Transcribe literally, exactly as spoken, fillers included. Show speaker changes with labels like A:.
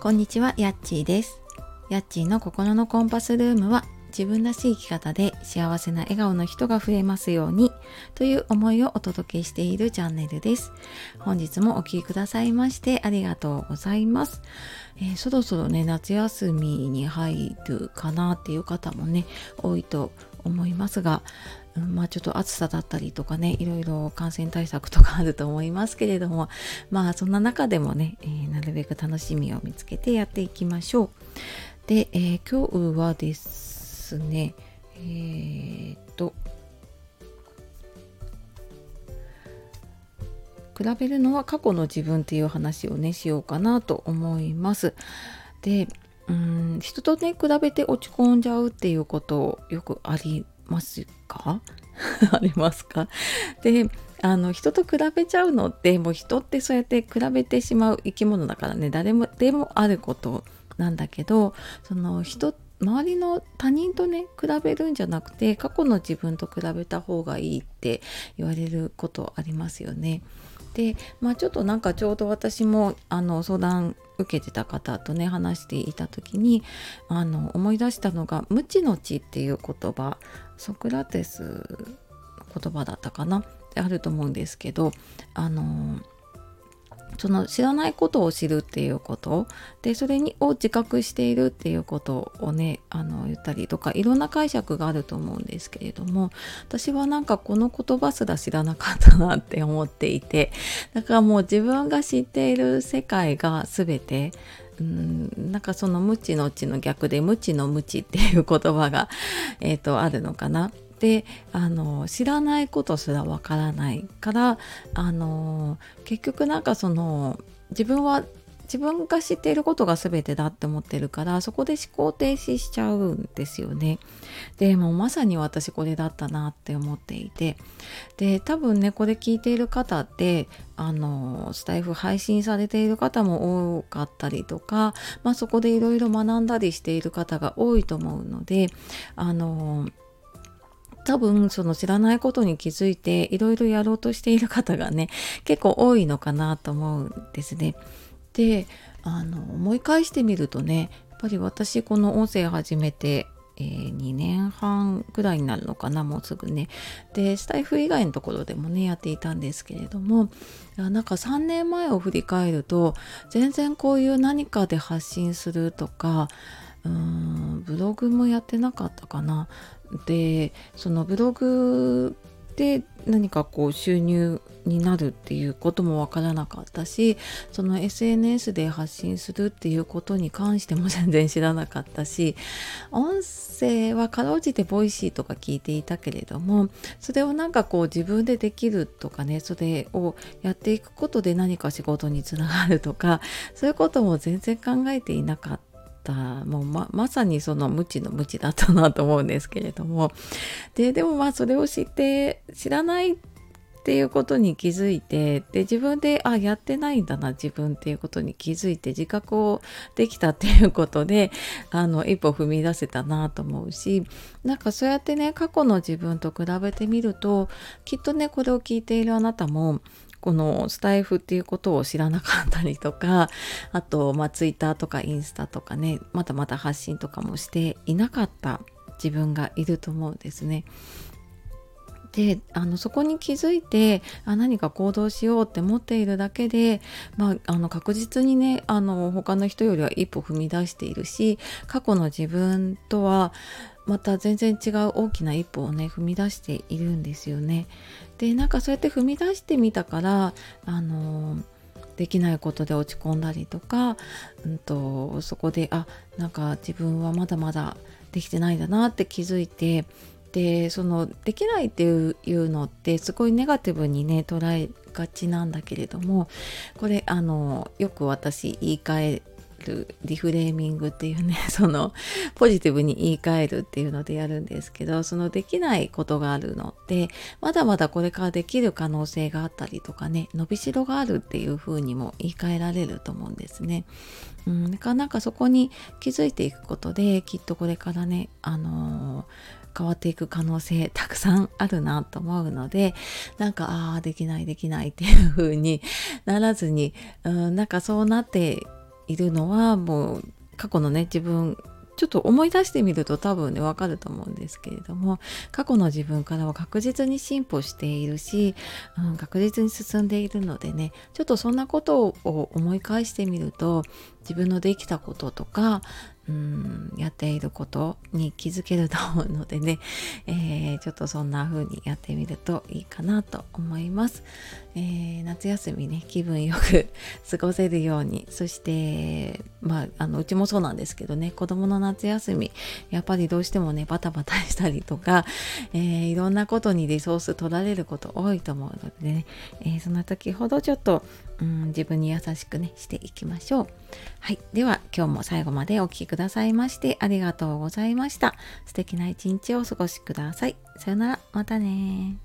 A: こんにちは、やっちーです。やっちーの心のコンパスルームは、自分らしい生き方で幸せな笑顔の人が増えますようにという思いをお届けしているチャンネルです。本日もお聞きくださいましてありがとうございます。えー、そろそろね夏休みに入るかなっていう方もね多いと思いますが、うん、まあちょっと暑さだったりとかねいろいろ感染対策とかあると思いますけれども、まあそんな中でもね、えー、なるべく楽しみを見つけてやっていきましょう。で、えー、今日はですねえー、っと比べるのは過去の自分っていう話をねしようかなと思います。で、うーん人とね比べて落ち込んじゃうっていうことよくありますかありますか？で、あの人と比べちゃうのってもう人ってそうやって比べてしまう生き物だからね、誰もでもあることなんだけど、その人周りの他人とね比べるんじゃなくて過去の自分と比べた方がいいって言われることありますよね。で、まあちょっとなんかちょうど私もあの相談受けてた方とね話していた時にあの思い出したのが無知の知っていう言葉、ソクラテスの言葉だったかなってあると思うんですけど、あのその知らないことを知るっていうことで、それにを自覚しているっていうことをねあの言ったりとか、いろんな解釈があると思うんですけれども、私はなんかこの言葉すら知らなかったなって思っていて、だからもう自分が知っている世界が全て、うん、なんかその無知の知の逆で無知の無知っていう言葉が、えーと、あるのかな。で、あの知らないことすらわからないから、あの結局なんかその自分は自分が知っていることが全てだって思ってるから、そこで思考停止しちゃうんですよね。でもうまさに私これだったなって思っていて、で多分ねこれ聞いている方ってあのスタイフ配信されている方も多かったりとか、まあ、そこでいろいろ学んだりしている方が多いと思うので、あの多分その知らないことに気づいていろいろやろうとしている方がね結構多いのかなと思うんですね。で、あの思い返してみるとね、やっぱり私この音声始めて、えー、にねんはんぐらいになるのかな、もうすぐね。でスタイフ以外のところでもねやっていたんですけれども、なんかさんねんまえを振り返ると全然こういう何かで発信するとか、うーんブログもやってなかったかな。でそのブログで何かこう収入になるっていうこともわからなかったし、その エスエヌエス で発信するっていうことに関しても全然知らなかったし、音声はかろうじてボイシーとか聞いていたけれども、それをなんかこう自分でできるとかね、それをやっていくことで何か仕事につながるとか、そういうことも全然考えていなかった。もう ま, まさにその無知の無知だったなと思うんですけれども、ででもまあそれを知って知らないっていうことに気づいて、で自分であやってないんだな自分っていうことに気づいて自覚をできたっていうことで、あの一歩踏み出せたなと思うし、なんかそうやってね過去の自分と比べてみると、きっとねこれを聞いているあなたもこのスタイフっていうことを知らなかったりとか、あとまあツイッターとかインスタとかねまだまだ発信とかもしていなかった自分がいると思うんですね。であのそこに気づいてあ何か行動しようって思っているだけで、まあ、あの確実にねあの他の人よりは一歩踏み出しているし、過去の自分とはまた全然違う大きな一歩をね踏み出しているんですよね。でなんかそうやって踏み出してみたからあのできないことで落ち込んだりとか、うんと、そこであなんか自分はまだまだできてないんだなって気づいて、でそのできないっていういうのってすごいネガティブにね捉えがちなんだけれども、これあのよく私言い換えるリフレーミングっていうねそのポジティブに言い換えるっていうのでやるんですけど、そのできないことがあるのってまだまだこれからできる可能性があったりとかね、伸びしろがあるっていう風にも言い換えられると思うんですね。うん、だからなんかそこに気づいていくことできっとこれからねあのー変わっていく可能性たくさんあるなと思うので、なんかああできないできないっていう風にならずに、うん、なんかそうなっているのはもう過去のね自分ちょっと思い出してみると多分ねわかると思うんですけれども、過去の自分からは確実に進歩しているし、うん、確実に進んでいるのでね、ちょっとそんなことを思い返してみると自分のできたこととか、うん、やっていることに気づけると思うのでね、えー、ちょっとそんな風にやってみるといいかなと思います。えー、夏休みね気分よく過ごせるように、そしてまああのうちもそうなんですけどね、子供の夏休みやっぱりどうしてもねバタバタしたりとか、えー、いろんなことにリソース取られること多いと思うのでね、えー、そんな時ほどちょっと、うん、自分に優しくねしていきましょう。はい、では今日も最後までお聞きくださいましてありがとうございました。素敵な一日をお過ごしください。さよなら、またね。